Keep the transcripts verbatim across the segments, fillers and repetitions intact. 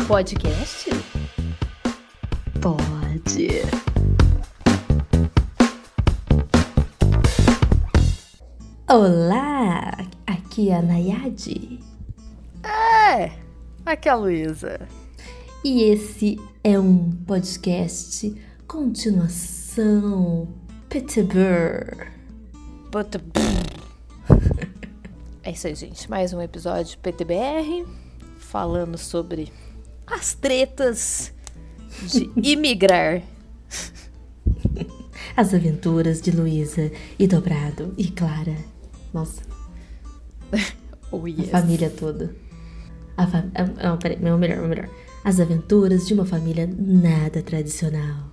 Podcast? Pode. Olá, aqui é a Nayade. É, aqui é a Luísa. E esse é um podcast continuação P T B R. É isso aí, gente. Mais um episódio P T B R, falando sobre as tretas de imigrar. As aventuras de Luísa e Dobrado e Clara. Nossa. Oh, yes. A família toda. A fa... Não, peraí, não, melhor, melhor. As aventuras de uma família nada tradicional.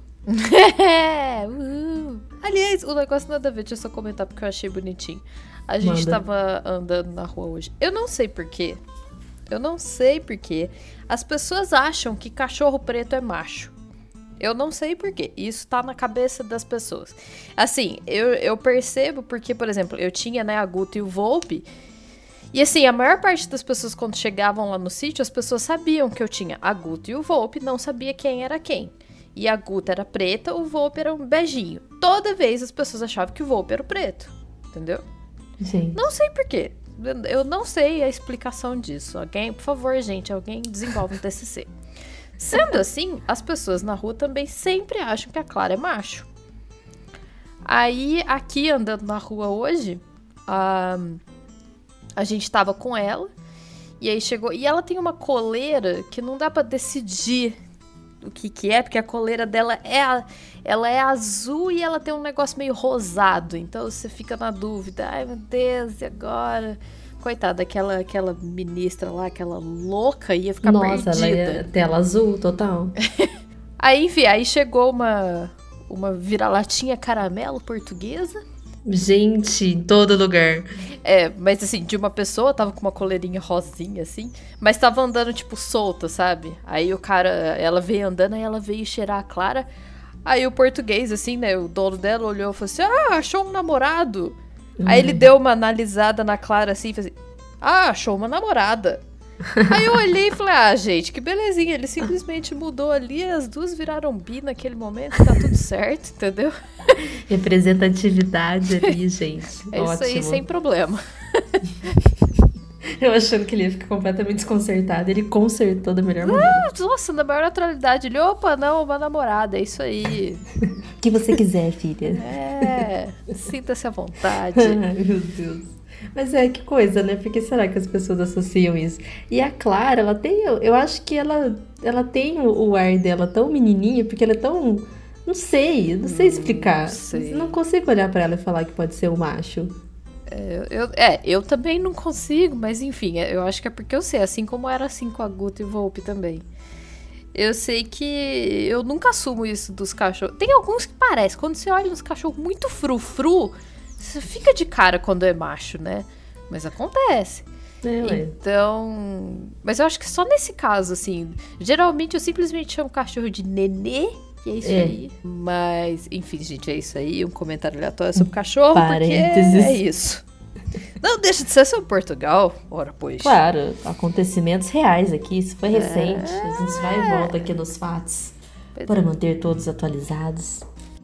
Uhul. Aliás, o negócio nada a ver, deixa eu só comentar porque eu achei bonitinho. A gente Manda. tava andando na rua hoje. Eu não sei porquê. Eu não sei porquê. As pessoas acham que cachorro preto é macho. Eu não sei porquê. Isso tá na cabeça das pessoas. Assim, eu, eu percebo porque, por exemplo, eu tinha, né, a Guta e o Volpe. E assim, a maior parte das pessoas quando chegavam lá no sítio, as pessoas sabiam que eu tinha a Guta e o Volpe, não sabia quem era quem. E a Guta era preta, o Volpe era um beijinho. Toda vez as pessoas achavam que o Volpe era o preto. Entendeu? Gente. Não sei porquê. Eu não sei a explicação disso. Alguém, por favor, gente, alguém desenvolve um T C C. Sendo assim, as pessoas na rua também sempre acham que a Clara é macho. Aí, aqui andando na rua hoje, a, a gente tava com ela. E aí chegou... E ela tem uma coleira que não dá pra decidir o que que é, porque a coleira dela é, a, ela é azul e ela tem um negócio meio rosado. Então você fica na dúvida. Ai, meu Deus, e agora? Coitada, aquela, aquela ministra lá, aquela louca, ia ficar Nossa, perdida. ela é tela azul, total. Aí, enfim, aí chegou uma, uma vira-latinha caramelo portuguesa. Gente, em todo lugar. É, mas assim, de uma pessoa, tava com uma coleirinha rosinha, assim, mas tava andando, tipo, solta, sabe? Aí o cara, ela veio andando, aí ela veio cheirar a Clara. Aí o português, assim, né, o dono dela olhou e falou assim, ah, achou um namorado. Aí ele deu uma analisada na Clara, assim, e fez assim, ah, achou uma namorada. Aí eu olhei e falei, ah, gente, que belezinha. Ele simplesmente mudou ali, as duas viraram bi naquele momento, tá tudo certo, entendeu? Representatividade ali, gente. É Ótimo. isso aí, sem problema. Eu achando que ele ia ficar completamente desconcertado. Ele consertou da melhor maneira. Ah, nossa, na maior naturalidade. Ele, opa, não, uma namorada, é isso aí. O que você quiser, filha. É, sinta-se à vontade. Ai, meu Deus. Mas é, que coisa, né? Por que será que as pessoas associam isso? E a Clara, ela tem... Eu acho que ela, ela tem o, o ar dela tão menininha, porque ela é tão... Não sei, não sei explicar. Não sei. Não consigo olhar pra ela e falar que pode ser um macho. É eu, é, eu também não consigo, mas enfim, eu acho que é porque eu sei, assim como era assim com a Guta e o Volpe também. Eu sei que eu nunca assumo isso dos cachorros. Tem alguns que parecem, quando você olha uns cachorros muito frufru, você fica de cara quando é macho, né? Mas acontece. É, ué. Então... Mas eu acho que só nesse caso, assim... Geralmente eu simplesmente chamo cachorro de nenê, e é isso É. aí. Mas, enfim, gente, é isso aí. Um comentário aleatório sobre cachorro, Parênteses. porque é isso. Não deixa de ser sobre Portugal. Ora, pois. Claro, acontecimentos reais aqui. Isso foi recente. A gente vai e volta aqui nos fatos Pois para é. manter todos atualizados.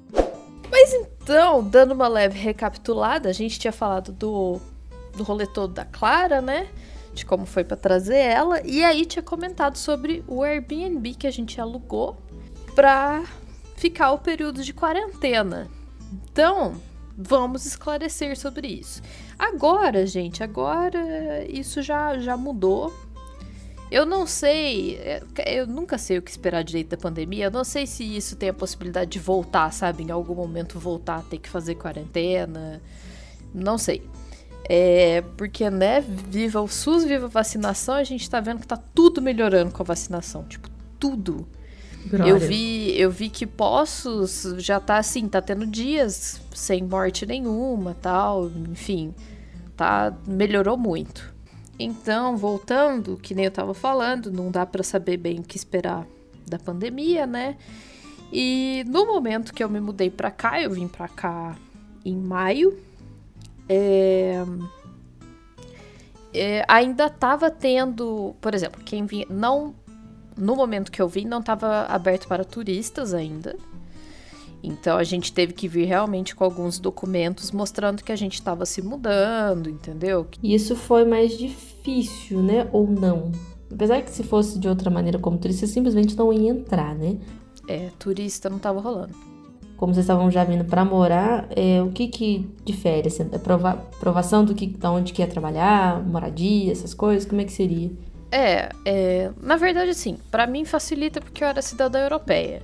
Mas então, dando uma leve recapitulada, a gente tinha falado do, do rolê todo da Clara, né? De como foi pra trazer ela. E aí tinha comentado sobre o Airbnb que a gente alugou pra ficar o período de quarentena. Então, vamos esclarecer sobre isso. Agora, gente, agora isso já, já mudou. Eu não sei, eu nunca sei o que esperar direito da pandemia. Eu não sei se isso tem a possibilidade de voltar, sabe? Em algum momento voltar a ter que fazer quarentena. Não sei. É, porque, né, viva o SUS, viva a vacinação, a gente tá vendo que tá tudo melhorando com a vacinação. Tipo, tudo. Glória. Eu vi, eu vi que Poços já tá assim, tá tendo dias sem morte nenhuma, tal, enfim, tá, melhorou muito. Então, voltando, que nem eu tava falando, não dá pra saber bem o que esperar da pandemia, né? E no momento que eu me mudei pra cá, eu vim pra cá em maio, é, é, ainda tava tendo, por exemplo, quem vinha, não no momento que eu vim, não estava aberto para turistas ainda. Então a gente teve que vir realmente com alguns documentos mostrando que a gente estava se mudando, entendeu? E isso foi mais difícil, né? Ou não? Apesar que se fosse de outra maneira como turista, simplesmente não ia entrar, né? É, turista não tava rolando. Como vocês estavam já vindo para morar, é, o que que difere? Assim, a prova, provação do que, da onde que ia trabalhar, moradia, essas coisas, como é que seria? É, é na verdade, assim, para mim facilita porque eu era cidadã europeia.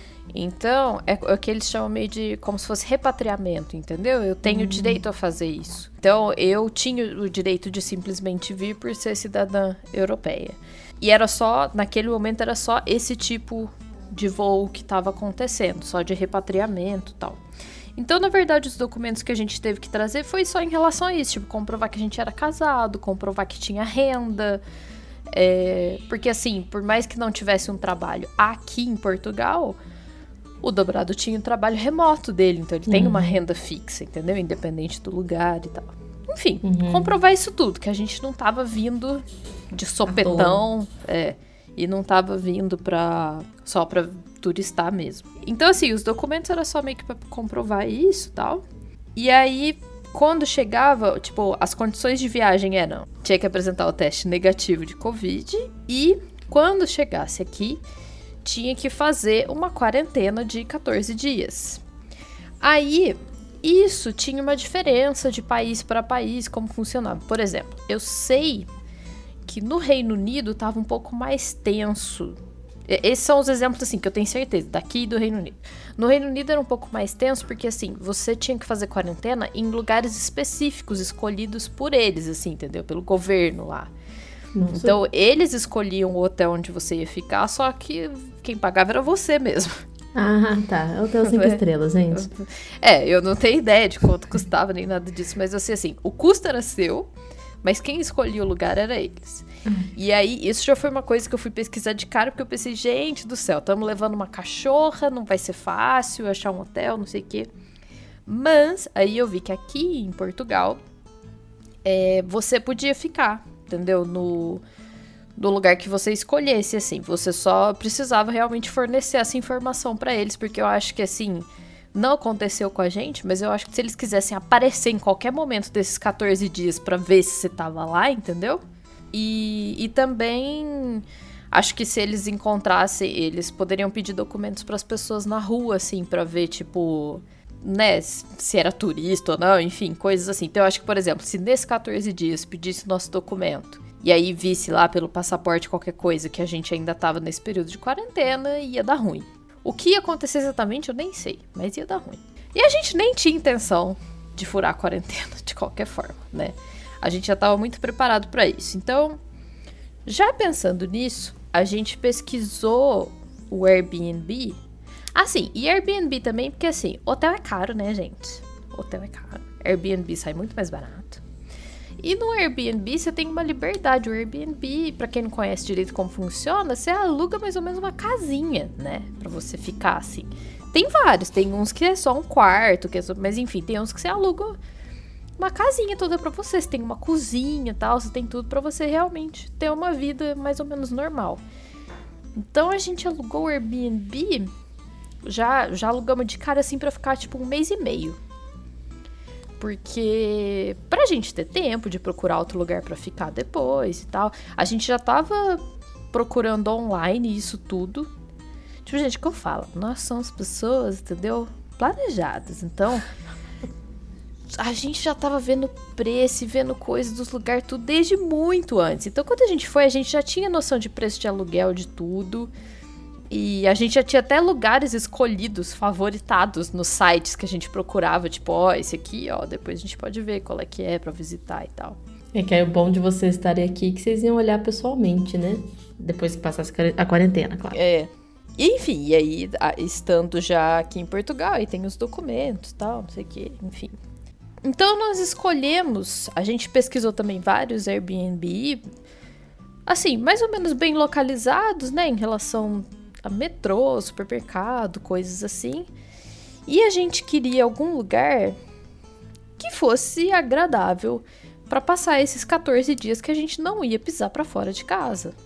Então, é o que eles chamam meio de como se fosse repatriamento, entendeu? Eu tenho hum. direito a fazer isso. Então, eu tinha o direito de simplesmente vir por ser cidadã europeia. E era só, naquele momento, era só esse tipo de voo que estava acontecendo, só de repatriamento e tal. Então, na verdade, os documentos que a gente teve que trazer foi só em relação a isso, tipo, comprovar que a gente era casado, comprovar que tinha renda. É, porque, assim, por mais que não tivesse um trabalho aqui em Portugal, o Dobrado tinha um trabalho remoto dele, então ele uhum. tem uma renda fixa, entendeu? Independente do lugar e tal. Enfim, uhum. comprovar isso tudo, que a gente não tava vindo de sopetão, é, e não tava vindo pra, só pra turistar mesmo. Então, assim, os documentos eram só meio que pra comprovar isso e tal. E aí, quando chegava, tipo, as condições de viagem eram, tinha que apresentar o teste negativo de Covid e quando chegasse aqui, tinha que fazer uma quarentena de quatorze dias. Aí, isso tinha uma diferença de país para país, como funcionava. Por exemplo, eu sei que no Reino Unido estava um pouco mais tenso. Esses são os exemplos, assim, que eu tenho certeza, daqui do Reino Unido. No Reino Unido era um pouco mais tenso, porque, assim, você tinha que fazer quarentena em lugares específicos, escolhidos por eles, assim, entendeu? Pelo governo lá. Nossa. Então, eles escolhiam o hotel onde você ia ficar, só que quem pagava era você mesmo. Ah, tá. Hotel cinco é. estrelas, gente. É, eu não tenho ideia de quanto custava, nem nada disso, mas eu sei assim, o custo era seu, mas quem escolhia o lugar era eles. Hum. E aí, isso já foi uma coisa que eu fui pesquisar de cara, porque eu pensei, gente do céu, estamos levando uma cachorra, não vai ser fácil achar um hotel, não sei o quê. Mas, aí eu vi que aqui em Portugal, é, você podia ficar, entendeu? No, no lugar que você escolhesse, assim. Você só precisava realmente fornecer essa informação pra eles, porque eu acho que, assim, não aconteceu com a gente, mas eu acho que se eles quisessem aparecer em qualquer momento desses quatorze dias pra ver se você tava lá, entendeu? E, e também acho que se eles encontrassem, eles poderiam pedir documentos pras pessoas na rua, assim, pra ver, tipo, né, se era turista ou não, enfim, coisas assim. Então eu acho que, por exemplo, se nesses quatorze dias pedisse nosso documento e aí visse lá pelo passaporte qualquer coisa que a gente ainda tava nesse período de quarentena, ia dar ruim. O que ia acontecer exatamente eu nem sei, mas ia dar ruim. E a gente nem tinha intenção de furar a quarentena de qualquer forma, né? A gente já tava muito preparado pra isso. Então, já pensando nisso, a gente pesquisou o Airbnb. Assim, e Airbnb também, porque assim, hotel é caro, né, gente? Hotel é caro. Airbnb sai muito mais barato. E no Airbnb você tem uma liberdade. O Airbnb, pra quem não conhece direito como funciona, você aluga mais ou menos uma casinha, né? Pra você ficar assim. Tem vários, tem uns que é só um quarto, que é só, mas enfim, tem uns que você aluga uma casinha toda pra você. Você tem uma cozinha e tal, você tem tudo pra você realmente ter uma vida mais ou menos normal. Então a gente alugou o Airbnb, já, já alugamos de cara assim pra ficar tipo um mês e meio. Porque pra gente ter tempo de procurar outro lugar pra ficar depois e tal, a gente já tava procurando online isso tudo. Tipo, gente, o que eu falo? Nós somos pessoas, entendeu? Planejadas. Então, a gente já tava vendo preço e vendo coisas dos lugares tudo desde muito antes. Então, quando a gente foi, a gente já tinha noção de preço de aluguel, de tudo. E a gente já tinha até lugares escolhidos, favoritados nos sites que a gente procurava. Tipo, ó, esse aqui, ó, depois a gente pode ver qual é que é pra visitar e tal. É que é o bom de vocês estarem aqui, que vocês iam olhar pessoalmente, né? Depois que passasse a quarentena, claro. É. E, enfim, e aí, estando já aqui em Portugal, aí tem os documentos e tal, não sei o que, enfim. Então, nós escolhemos, a gente pesquisou também vários Airbnb, assim, mais ou menos bem localizados, né, em relação a metrô, supermercado, coisas assim. E a gente queria algum lugar que fosse agradável para passar esses quatorze dias que a gente não ia pisar para fora de casa,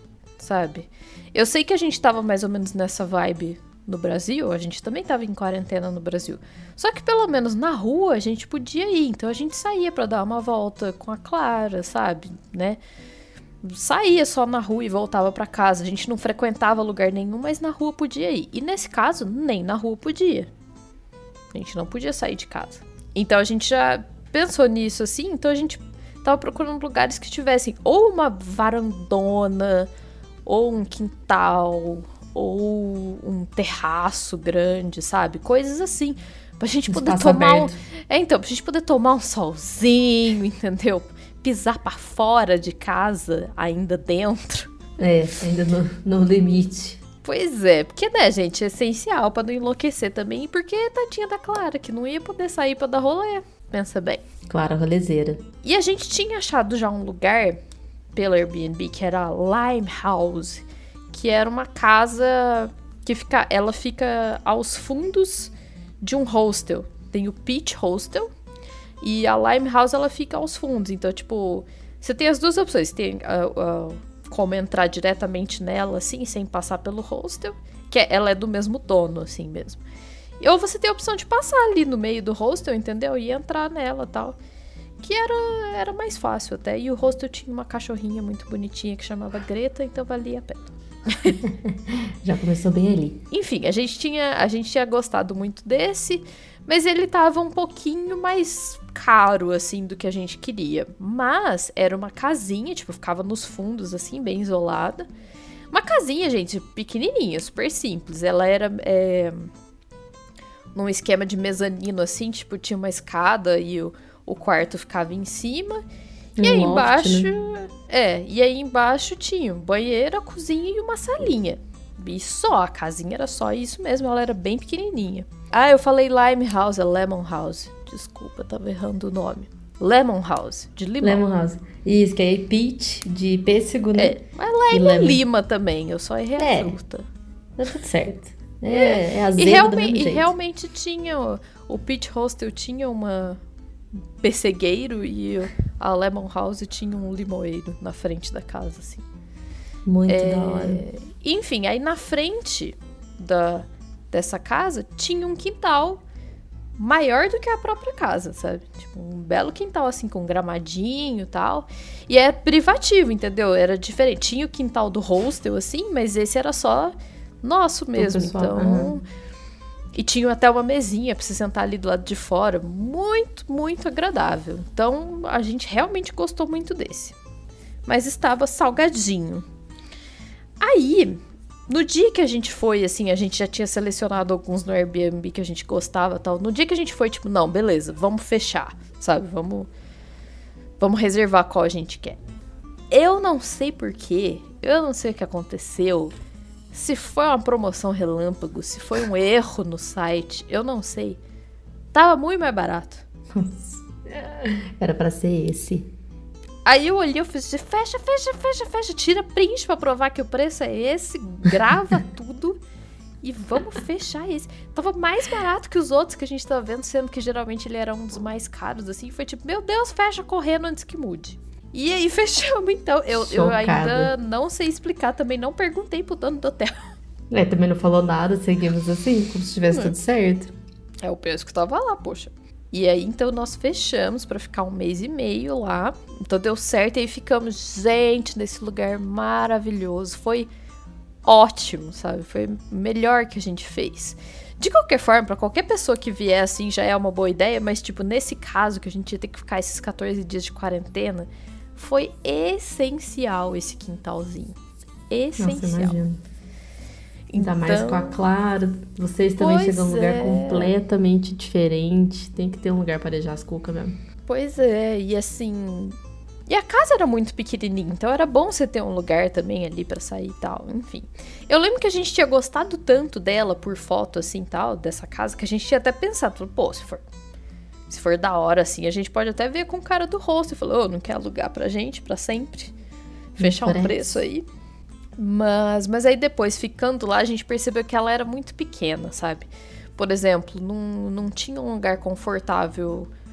sabe? Eu sei que a gente tava mais ou menos nessa vibe no Brasil, a gente também tava em quarentena no Brasil. Só que pelo menos na rua a gente podia ir, então a gente saía pra dar uma volta com a Clara, sabe, né? Saía só na rua e voltava pra casa. A gente não frequentava lugar nenhum, mas na rua podia ir. E nesse caso, nem na rua podia. A gente não podia sair de casa. Então a gente já pensou nisso assim, então a gente tava procurando lugares que tivessem ou uma varandona, ou um quintal, ou um terraço grande, sabe? Coisas assim. Pra gente poder Espaço tomar um... aberto. É, então, pra gente poder tomar um solzinho, entendeu? Pisar pra fora de casa, ainda dentro. É, ainda no, no limite. Pois é, porque, né, gente, é essencial pra não enlouquecer também. E porque tadinha da Clara, que não ia poder sair pra dar rolê. Pensa bem. Clara rolezeira. E a gente tinha achado já um lugar pelo Airbnb que era a Limehouse, que era uma casa que fica, ela fica aos fundos de um hostel. Tem o Peach Hostel e a Limehouse ela fica aos fundos. Então, tipo, você tem as duas opções. Tem uh, uh, como entrar diretamente nela, assim, sem passar pelo hostel, que é, ela é do mesmo dono, assim mesmo. Ou você tem a opção de passar ali no meio do hostel, entendeu? E entrar nela e tal. Que era, era mais fácil até. E o hostel tinha uma cachorrinha muito bonitinha que chamava Greta, então valia a pena. Já começou bem ali. Enfim, a gente tinha, a gente tinha gostado muito desse, mas ele tava um pouquinho mais caro, assim, do que a gente queria. Mas era uma casinha, tipo, ficava nos fundos, assim, bem isolada. Uma casinha, gente, pequenininha, super simples. Ela era é, num esquema de mezanino, assim, tipo, tinha uma escada e o, o quarto ficava em cima. E aí Um loft, embaixo, né? é, e aí embaixo tinha um banheiro, a cozinha e uma salinha. E só, a casinha era só isso mesmo, ela era bem pequenininha. Ah, eu falei Limehouse, é Lemon House. Desculpa, tava errando o nome. Lemon House, de limão. Lemon House. Isso, que é peach de pêssego, né? É, mas lá é E igual lemon. lima também, eu só errei É. a fruta. Tá tudo certo. É, é azedo E, do realme- mesmo e jeito. realmente tinha, o- o Peach Hostel tinha uma um pessegueiro e a Lemon House tinha um limoeiro na frente da casa, assim. Muito É, da hora. Enfim, aí na frente da, dessa casa tinha um quintal maior do que a própria casa, sabe? Tipo, um belo quintal, assim, com gramadinho e tal. E é privativo, entendeu? Era diferente. Tinha o quintal do hostel, assim, mas esse era só nosso mesmo. pessoal, Então... aham. E tinha até uma mesinha pra você sentar ali do lado de fora. Muito, muito agradável. Então, a gente realmente gostou muito desse. Mas estava salgadinho. Aí, no dia que a gente foi, assim, a gente já tinha selecionado alguns no Airbnb que a gente gostava e tal. No dia que a gente foi, tipo, não, beleza, vamos fechar, sabe? Vamos, vamos reservar qual a gente quer. Eu não sei porquê, eu não sei o que aconteceu. Se foi uma promoção relâmpago, se foi um erro no site, eu não sei. Tava muito mais barato. Era pra ser esse. Aí eu olhei, eu fiz, fecha, fecha, fecha, fecha, tira print pra provar que o preço é esse, grava tudo e vamos fechar esse. Tava mais barato que os outros que a gente tava vendo, sendo que geralmente ele era um dos mais caros, assim. Foi tipo, meu Deus, fecha correndo antes que mude. E aí fechamos, então. Eu, eu ainda não sei explicar, também não perguntei pro dono do hotel. É, também não falou nada, seguimos assim, como se tivesse É. tudo certo. É o preço que tava lá, poxa. E aí, então, nós fechamos pra ficar um mês e meio lá. Então, deu certo. E aí, ficamos, gente, nesse lugar maravilhoso. Foi ótimo, sabe? Foi o melhor que a gente fez. De qualquer forma, pra qualquer pessoa que vier, assim, já é uma boa ideia. Mas, tipo, nesse caso, que a gente ia ter que ficar esses quatorze dias de quarentena, foi essencial esse quintalzinho. Essencial. Nossa, imagino. Ainda mais Então- com a Clara. Vocês também Pois chegam num lugar é. completamente diferente. Tem que ter um lugar para arejar as cucas mesmo. Pois é, e assim... E a casa era muito pequenininha, então era bom você ter um lugar também ali pra sair e tal, enfim. Eu lembro que a gente tinha gostado tanto dela por foto, assim, tal, dessa casa, que a gente tinha até pensado, falou, pô, se for, se for da hora, assim, a gente pode até ver com o cara do rosto e falou, ô, não quer alugar pra gente, pra sempre? Fechar um parece. preço aí. Mas, mas aí depois, ficando lá, a gente percebeu que ela era muito pequena, sabe? Por exemplo, não, não tinha um lugar confortável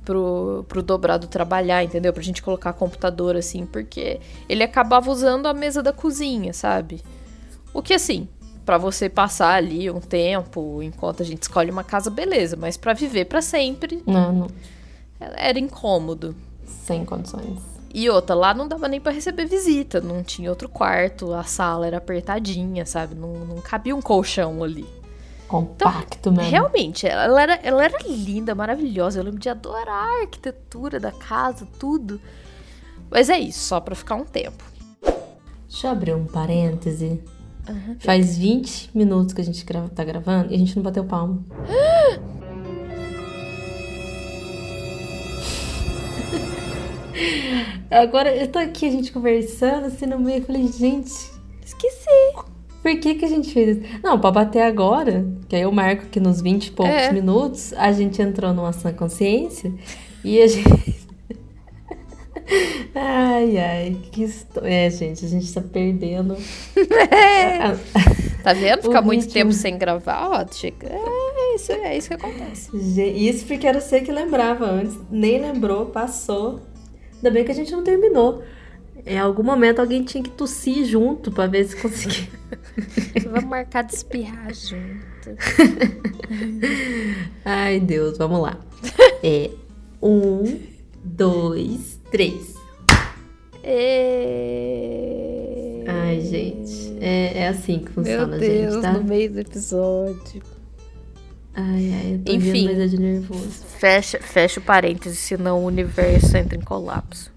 pro, pro Dobrado trabalhar, entendeu? Pra gente colocar computador, assim, porque ele acabava usando a mesa da cozinha, sabe? O que, assim, pra você passar ali um tempo, enquanto a gente escolhe uma casa, beleza. Mas pra viver pra sempre, Não, não. era incômodo. Sem condições. E outra, lá não dava nem pra receber visita, não tinha outro quarto, a sala era apertadinha, sabe? Não, não cabia um colchão ali. Compacto então, mesmo. Realmente, ela era, ela era linda, maravilhosa. Eu lembro de adorar a arquitetura da casa, tudo. Mas é isso, só pra ficar um tempo. Deixa eu abrir um parêntese. Uhum. Faz vinte minutos que a gente grava, tá gravando e a gente não bateu palma. Agora, eu tô aqui, a gente conversando, assim, no meio, eu falei, gente... Esqueci. Por que que a gente fez isso? Não, pra bater agora, que aí eu marco que nos vinte e poucos É. minutos, a gente entrou numa sã consciência e a gente... Ai, ai, que história. É, gente, a gente tá perdendo... Tá vendo? Ficar O muito ritmo. tempo sem gravar, ó, chega. É isso, é isso que acontece. Ge- Isso porque era você que lembrava antes, nem lembrou, passou. Ainda bem que a gente não terminou. Em algum momento alguém tinha que tossir junto pra ver se conseguia. Vamos marcar de espirrar junto. Ai, Deus, vamos lá. É um, dois, três. E... Ai, gente, é, é assim que Meu funciona, Deus, gente, tá? no meio do episódio. Ai, ai, eu tô Enfim. vendo, mas é de nervoso. Fecha, fecha o parêntese, senão o universo entra em colapso.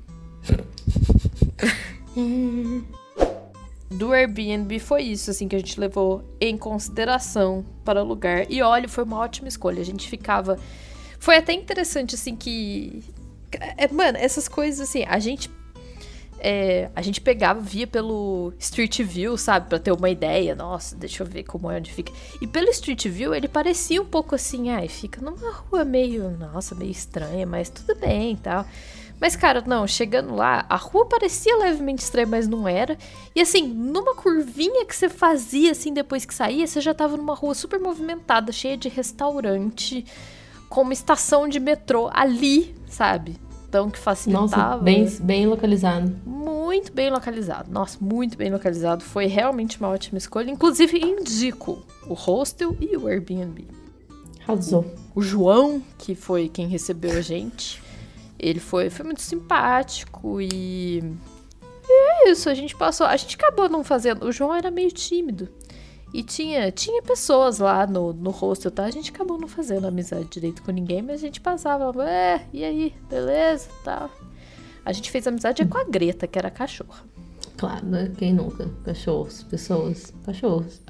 Do Airbnb foi isso, assim, que a gente levou em consideração para alugar. E olha, foi uma ótima escolha. A gente ficava... Foi até interessante, assim, que... É, mano, essas coisas, assim, a gente... É, a gente pegava, via pelo Street View, sabe? Pra ter uma ideia. Nossa, deixa eu ver como é onde fica. E pelo Street View, ele parecia um pouco assim... Ai, fica numa rua meio... Nossa, meio estranha, mas tudo bem e tal... Mas, cara, não, chegando lá, a rua parecia levemente estranha, mas não era. E, assim, numa curvinha que você fazia, assim, depois que saía, você já tava numa rua super movimentada, cheia de restaurante, com uma estação de metrô ali, sabe? Então, que facilitava. Nossa, bem, bem localizado. Muito bem localizado. Nossa, muito bem localizado. Foi realmente uma ótima escolha. Inclusive, indico o hostel e o Airbnb. Arrasou. O João, que foi quem recebeu a gente... Ele foi, foi muito simpático e... e é isso, a gente passou... A gente acabou não fazendo... O João era meio tímido. E tinha, tinha pessoas lá no, no hostel, tá? A gente acabou não fazendo amizade direito com ninguém, mas a gente passava, é, e aí, beleza, tal. A gente fez amizade com a Greta, que era a cachorra. Claro, né? Quem nunca? Cachorros, pessoas, cachorros.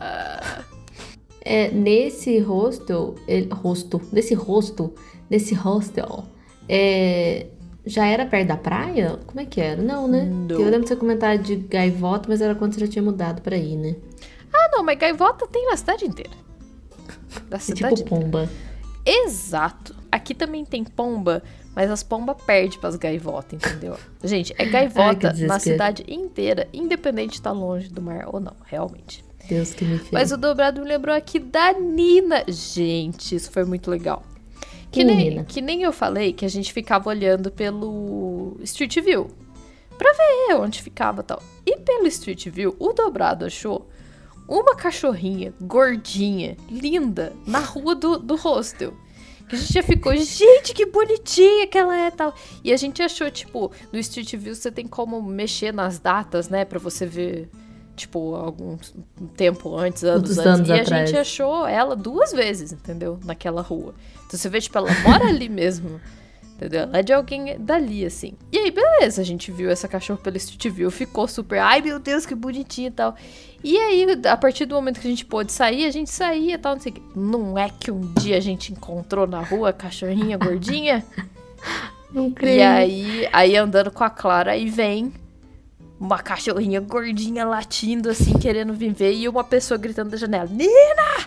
É, nesse hostel, ele, hostel, nesse hostel, nesse hostel, é, já era perto da praia? Como é que era? Não, né? Não. Porque eu lembro de você comentar de Gaivota, mas era quando você já tinha mudado pra ir, né? Ah, não, mas gaivota tem na cidade inteira. Da É cidade tipo pomba. Exato. Aqui também tem pomba, mas as pombas perdem pras gaivotas, entendeu? Gente, é gaivota Ai, que desespero. na cidade inteira, independente de estar longe do mar ou não, realmente. Deus que me fez. Mas o Dobrado me lembrou aqui da Nina. Gente, isso foi muito legal. Que Que nem, menina? que nem eu falei que a gente ficava olhando pelo Street View pra ver onde ficava e tal. E pelo Street View, o Dobrado achou uma cachorrinha gordinha, linda, na rua do, do hostel. Que a gente já ficou, gente, que bonitinha que ela é e tal. E a gente achou, tipo, no Street View você tem como mexer nas datas, né? Pra você ver, tipo, algum tempo antes, anos Muitos antes. anos e atrás. a gente achou ela duas vezes, entendeu? Naquela rua. Então você vê, tipo, ela mora ali mesmo. Entendeu? Ela é de alguém dali, assim. E aí, beleza, a gente viu essa cachorra pelo Street View, ficou super, ai meu Deus, que bonitinha e tal. E aí, a partir do momento que a gente pôde sair, a gente saía e tal, não sei o quê. Não é que um dia a gente encontrou na rua a cachorrinha gordinha? Não creio. E aí, aí, andando com a Clara, aí vem uma cachorrinha gordinha latindo, assim, querendo viver, e uma pessoa gritando da janela, Nina!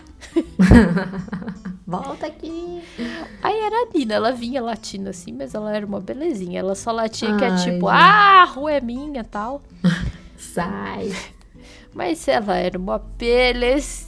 Volta aqui. Aí era a Nina, ela vinha latindo assim, mas ela era uma belezinha. Ela só latia que é Ai, tipo, gente. ah, a rua é minha e tal. Sai. Mas ela era uma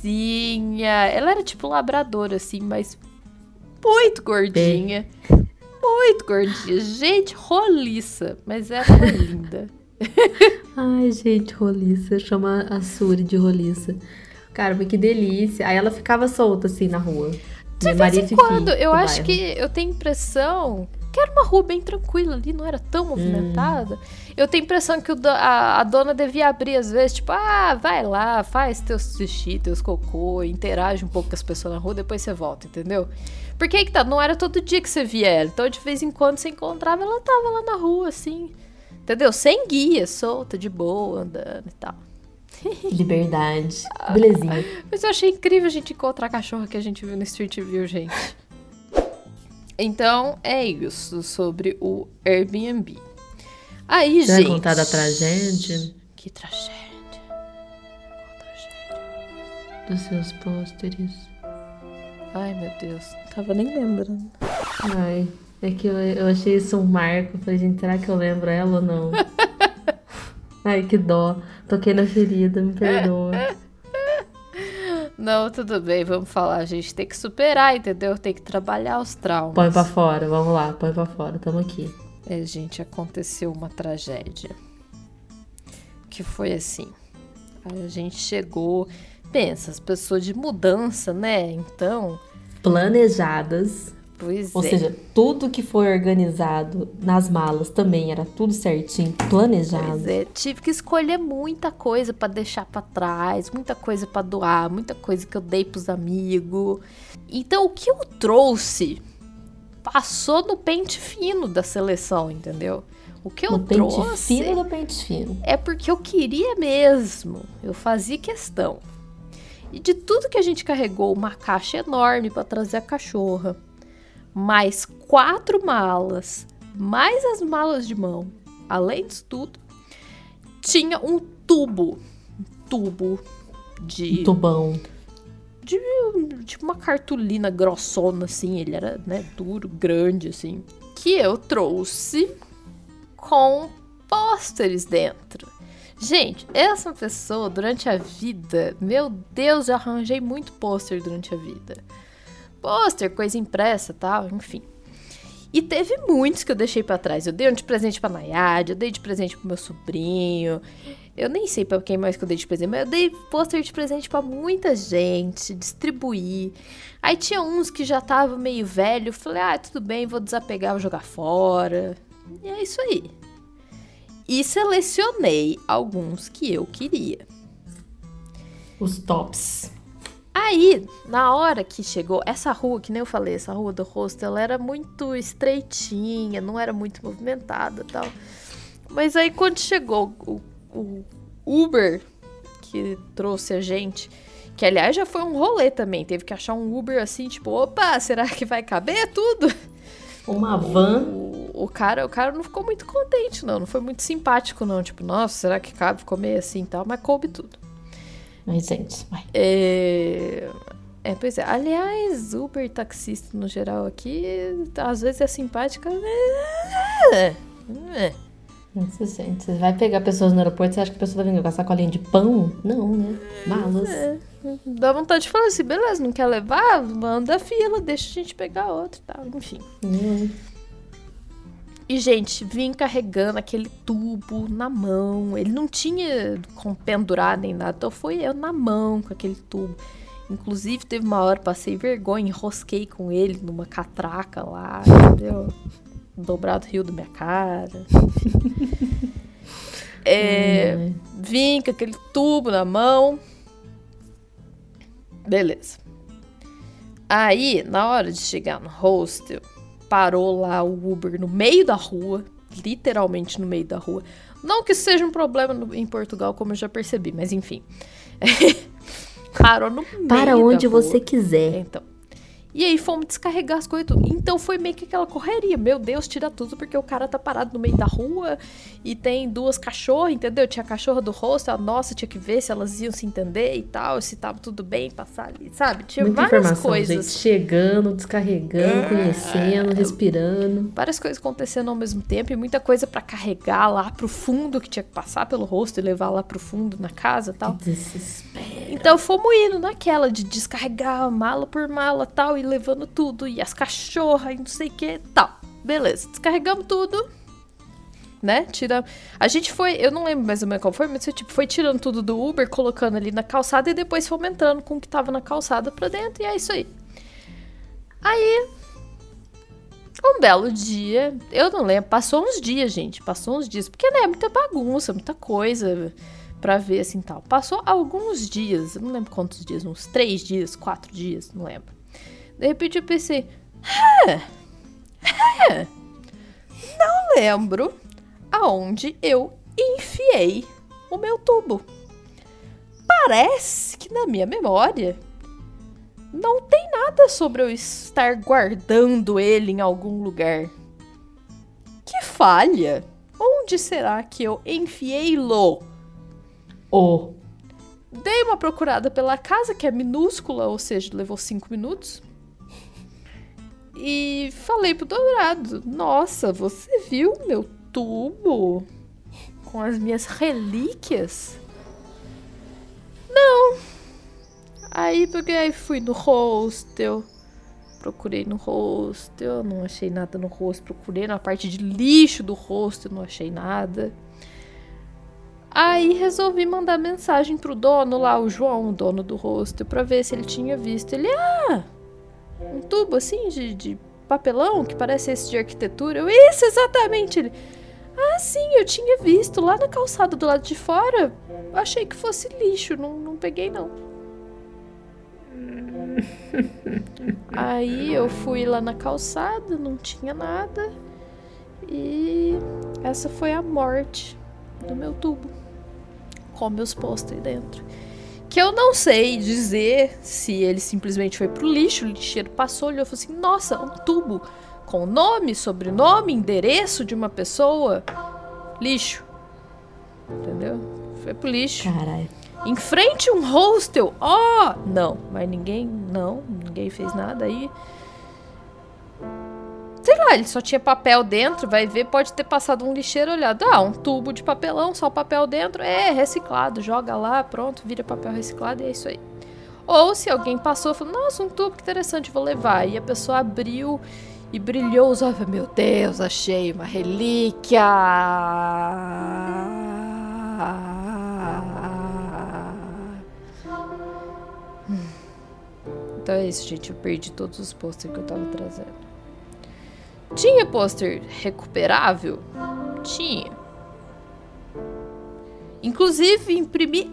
belezinha. Ela era tipo labradora, assim, mas muito gordinha. muito gordinha. Gente, roliça. Mas era uma linda. Ai, gente, roliça. Chama a Suri de roliça. Cara, mas que delícia. Aí ela ficava solta, assim, na rua. De vez em quando. Eu acho que eu tenho impressão que era uma rua bem tranquila ali, não era tão movimentada. Hum. Eu tenho impressão que o do, a, a dona devia abrir às vezes, tipo, ah, vai lá, faz teus xixi, teus cocô, interage um pouco com as pessoas na rua, depois você volta, entendeu? Porque aí que tá, não era todo dia que você via ela. Então, de vez em quando você encontrava, ela tava lá na rua, assim, entendeu? Sem guia, solta, de boa, andando e tal. Liberdade. Belezinha. Mas eu achei incrível a gente encontrar a cachorra que a gente viu no Street View, gente. Então, é isso sobre o Airbnb. Aí, Você gente... vai contar da tragédia? Que tragédia? Qual tragédia? Dos seus pôsteres. Ai, meu Deus. Não tava nem lembrando. Ai, é que eu, eu achei isso um marco. Eu falei, gente, será que eu lembro ela ou não? Ai, que dó. Toquei na ferida, me perdoa. Não, tudo bem, vamos falar. A gente tem que superar, entendeu? Tem que trabalhar os traumas. Põe pra fora, vamos lá, põe pra fora, tamo aqui. É, gente, aconteceu uma tragédia. Que foi assim. A gente chegou... Pensa, as pessoas de mudança, né? Então... Planejadas. Pois Ou é. seja, tudo que foi organizado nas malas também era tudo certinho, planejado. Pois é, tive que escolher muita coisa pra deixar pra trás, muita coisa pra doar, muita coisa que eu dei pros amigos. Então, o que eu trouxe passou no pente fino da seleção, entendeu? O que eu no trouxe pente fino do pente fino. É porque eu queria mesmo, eu fazia questão. E de tudo que a gente carregou, uma caixa enorme pra trazer a cachorra, mais quatro malas, mais as malas de mão, além disso tudo, tinha um tubo, um tubo de... Um tubão. De, tipo uma cartolina grossona, assim, ele era, né, duro, grande, assim, que eu trouxe com pôsteres dentro. Gente, essa pessoa, durante a vida, meu Deus, eu arranjei muito pôster durante a vida. Pôster, coisa impressa e tal, enfim. E teve muitos que eu deixei pra trás. Eu dei um de presente pra Nayade, eu dei de presente pro meu sobrinho. Eu nem sei pra quem mais que eu dei de presente, mas eu dei pôster de presente pra muita gente, distribuí. Aí tinha uns que já tava meio velho, falei, ah, tudo bem, vou desapegar, vou jogar fora. E é isso aí. E selecionei alguns que eu queria. Os tops. Aí, na hora que chegou, essa rua, que nem eu falei, essa rua do hostel, ela era muito estreitinha, não era muito movimentada e tal. Mas aí quando chegou o, o Uber, que trouxe a gente, que aliás já foi um rolê também, teve que achar um Uber assim, tipo, opa, será que vai caber tudo? Uma van. O, o, cara, o cara não ficou muito contente, não, não foi muito simpático, não. Tipo, nossa, será que cabe comer assim e tal? Mas coube tudo. Mas, gente, vai. É... é, pois é. Aliás, Uber taxista no geral aqui, às vezes é simpática. É. É. Você sente. Você vai pegar pessoas no aeroporto, você acha que a pessoa vai vir com a sacolinha de pão? Não, né? Malas. É. Dá vontade de falar assim, beleza, não quer levar? Manda a fila, deixa a gente pegar outro e tal, enfim. Hum. E, gente, vim carregando aquele tubo na mão. Ele não tinha com pendurado nem nada, então foi eu na mão com aquele tubo. Inclusive, teve uma hora, passei vergonha, enrosquei com ele numa catraca lá, entendeu? Dobrado rio da minha cara. é, hum. Vim com aquele tubo na mão. Beleza. Aí, na hora de chegar no hostel, parou lá o Uber no meio da rua, literalmente no meio da rua. Não que isso seja um problema no, em Portugal, como eu já percebi, mas enfim. Parou no meio da rua. Para onde você quiser. Então. E aí fomos descarregar as coisas tudo. Então foi meio que aquela correria. Meu Deus, tira tudo porque o cara tá parado no meio da rua e tem duas cachorras, entendeu? Tinha a cachorra do hostel, a nossa tinha que ver se elas iam se entender e tal, se tava tudo bem, passar ali, sabe? Tinha muita várias coisas. Gente, chegando, descarregando, é, conhecendo, respirando. Várias coisas acontecendo ao mesmo tempo e muita coisa pra carregar lá pro fundo, que tinha que passar pelo hostel e levar lá pro fundo na casa e tal. Que desespero. Então fomos indo naquela de descarregar mala por mala e tal, e levando tudo, e as cachorras, e não sei o que tal. beleza, descarregamos tudo, né? Tira... A gente foi, eu não lembro mais ou menos qual foi, mas tipo, foi tirando tudo do Uber, colocando ali na calçada e depois fomos entrando com o que tava na calçada pra dentro, e é isso aí. Aí, um belo dia, eu não lembro, passou uns dias, gente, passou uns dias, porque né, é muita bagunça, muita coisa pra ver assim tal. Passou alguns dias, eu não lembro quantos dias, uns três dias, quatro dias, não lembro. De repente eu pensei, ah, ah, não lembro aonde eu enfiei o meu tubo. Parece que na minha memória não tem nada sobre eu estar guardando ele em algum lugar. Que falha! Onde será que eu enfiei-lo? Oh. Dei uma procurada pela casa, que é minúscula, ou seja, levou cinco minutos. E falei pro Dourado, nossa, você viu meu tubo com as minhas relíquias? Não. Aí peguei, fui no hostel, procurei no hostel, não achei nada no hostel, procurei na parte de lixo do hostel, não achei nada. Aí resolvi mandar mensagem pro dono lá, o João, o dono do hostel, pra ver se ele tinha visto. Ele, ah, um tubo assim de, de papelão que parece esse de arquitetura. Eu, isso, exatamente. Ele, ah, sim, eu tinha visto lá na calçada do lado de fora. Achei que fosse lixo, não, não peguei não. Aí eu fui lá na calçada, não tinha nada. E essa foi a morte do meu tubo, com meus posters dentro. Que eu não sei dizer se ele simplesmente foi pro lixo, o lixeiro passou, olhou e falou assim, nossa, um tubo com nome, sobrenome, endereço de uma pessoa, lixo. Entendeu? Foi pro lixo. Caralho. Em frente a um hostel, ó, oh! Não, mas ninguém, não, ninguém fez nada aí. Sei lá, ele só tinha papel dentro, vai ver, pode ter passado um lixeiro olhado. Ah, um tubo de papelão, só papel dentro, é reciclado, joga lá, pronto, vira papel reciclado e é isso aí. Ou se alguém passou e falou, nossa, um tubo, que interessante, vou levar. E a pessoa abriu e brilhou os olhos, meu Deus, achei uma relíquia. Então é isso, gente, eu perdi todos os posters que eu tava trazendo. Tinha pôster recuperável? Tinha. Inclusive, imprimi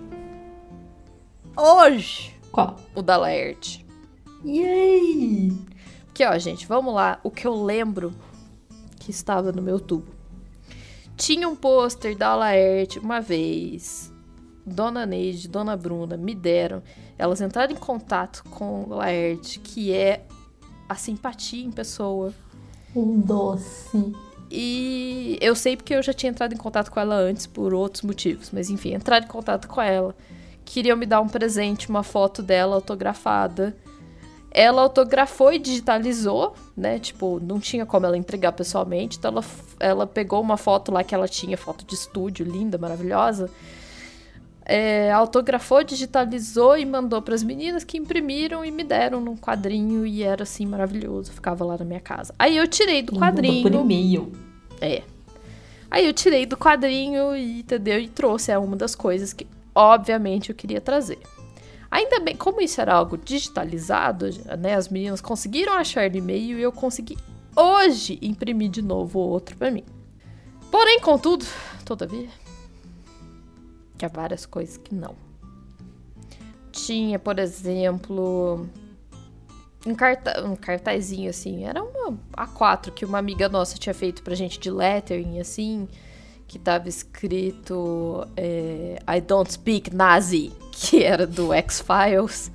hoje. Qual? O da Laerte. Yay! Porque, ó, gente, vamos lá. O que eu lembro que estava no meu tubo. Tinha um pôster da Laerte uma vez. Dona Neide, Dona Bruna me deram. Elas entraram em contato com a Laerte, que é a simpatia em pessoa. Um doce. E eu sei porque eu já tinha entrado em contato com ela antes por outros motivos. Mas enfim, entraram em contato com ela. Queriam me dar um presente, uma foto dela autografada. Ela autografou e digitalizou, né? Tipo, não tinha como ela entregar pessoalmente. Então ela, ela pegou uma foto lá que ela tinha, foto de estúdio, linda, maravilhosa. É, autografou, digitalizou e mandou para as meninas, que imprimiram e me deram num quadrinho e era assim maravilhoso, ficava lá na minha casa. Aí eu tirei do quadrinho. Por e-mail. É. Aí eu tirei do quadrinho e, entendeu? E trouxe, é uma das coisas que obviamente eu queria trazer. Ainda bem, como isso era algo digitalizado, né? As meninas conseguiram achar no e-mail e eu consegui hoje imprimir de novo outro para mim. Porém, contudo, todavia, tinha várias coisas que não. Tinha, por exemplo, um, carta um cartazinho assim. Era uma A quatro que uma amiga nossa tinha feito pra gente de lettering, assim. Que tava escrito é, I don't speak Nazi, que era do X-Files.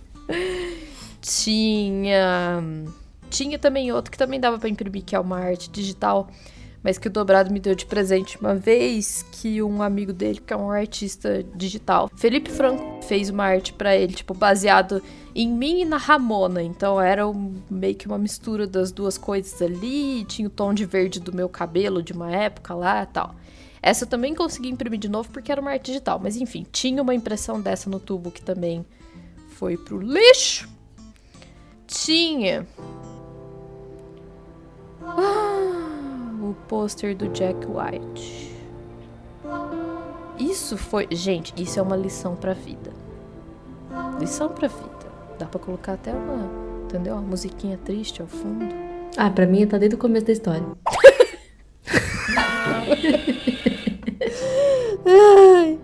Tinha... Tinha também outro que também dava pra imprimir, que é uma arte digital, mas que o Dobrado me deu de presente uma vez, que um amigo dele, que é um artista digital, Felipe Franco, fez uma arte pra ele, tipo, baseado em mim e na Ramona. Então era um, meio que uma mistura das duas coisas ali, tinha o tom de verde do meu cabelo de uma época lá e tal. Essa eu também consegui imprimir de novo porque era uma arte digital, mas enfim, tinha uma impressão dessa no tubo que também foi pro lixo. Tinha... Ah... pôster do Jack White. Isso foi... Gente, isso é uma lição pra vida. Lição pra vida. Dá pra colocar até uma... Entendeu? Uma musiquinha triste ao fundo. Ah, pra mim tá desde o começo da história. Ai.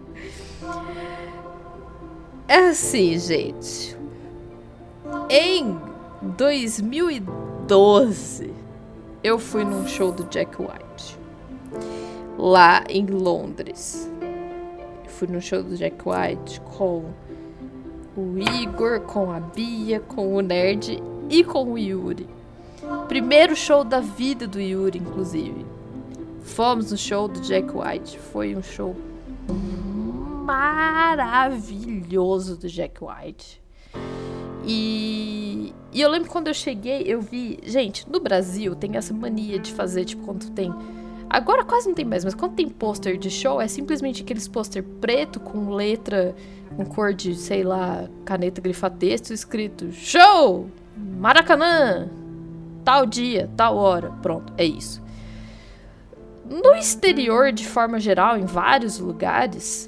É assim, gente. Em dois mil e doze, eu fui num show do Jack White. Lá em Londres. Eu fui no show do Jack White com o Igor, com a Bia, com o Nerd e com o Yuri. Primeiro show da vida do Yuri, inclusive. Fomos no show do Jack White. Foi um show maravilhoso do Jack White. E, e eu lembro quando eu cheguei, eu vi... Gente, no Brasil tem essa mania de fazer, tipo, quando tem... Agora quase não tem mais, mas quando tem pôster de show, é simplesmente aqueles pôster preto com letra, com cor de, sei lá, caneta grifa-texto, escrito Show! Maracanã! Tal dia, tal hora. Pronto, é isso. No exterior, de forma geral, em vários lugares,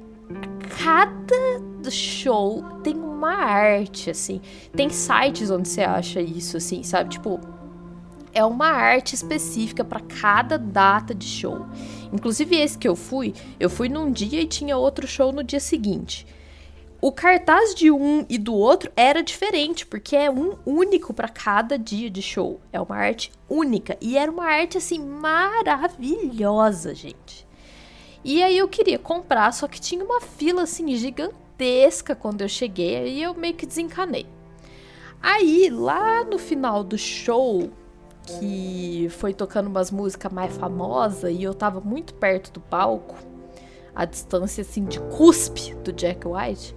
cada show tem uma arte, assim. Tem sites onde você acha isso, assim, sabe? Tipo, é uma arte específica para cada data de show. Inclusive esse que eu fui, eu fui num dia e tinha outro show no dia seguinte. O cartaz de um e do outro era diferente, porque é um único para cada dia de show. É uma arte única. E era uma arte, assim, maravilhosa, gente. E aí eu queria comprar, só que tinha uma fila, assim, gigantesca quando eu cheguei. E eu meio que desencanei. Aí, lá no final do show, que foi tocando umas músicas mais famosas, e eu tava muito perto do palco, a distância, assim, de cuspe do Jack White,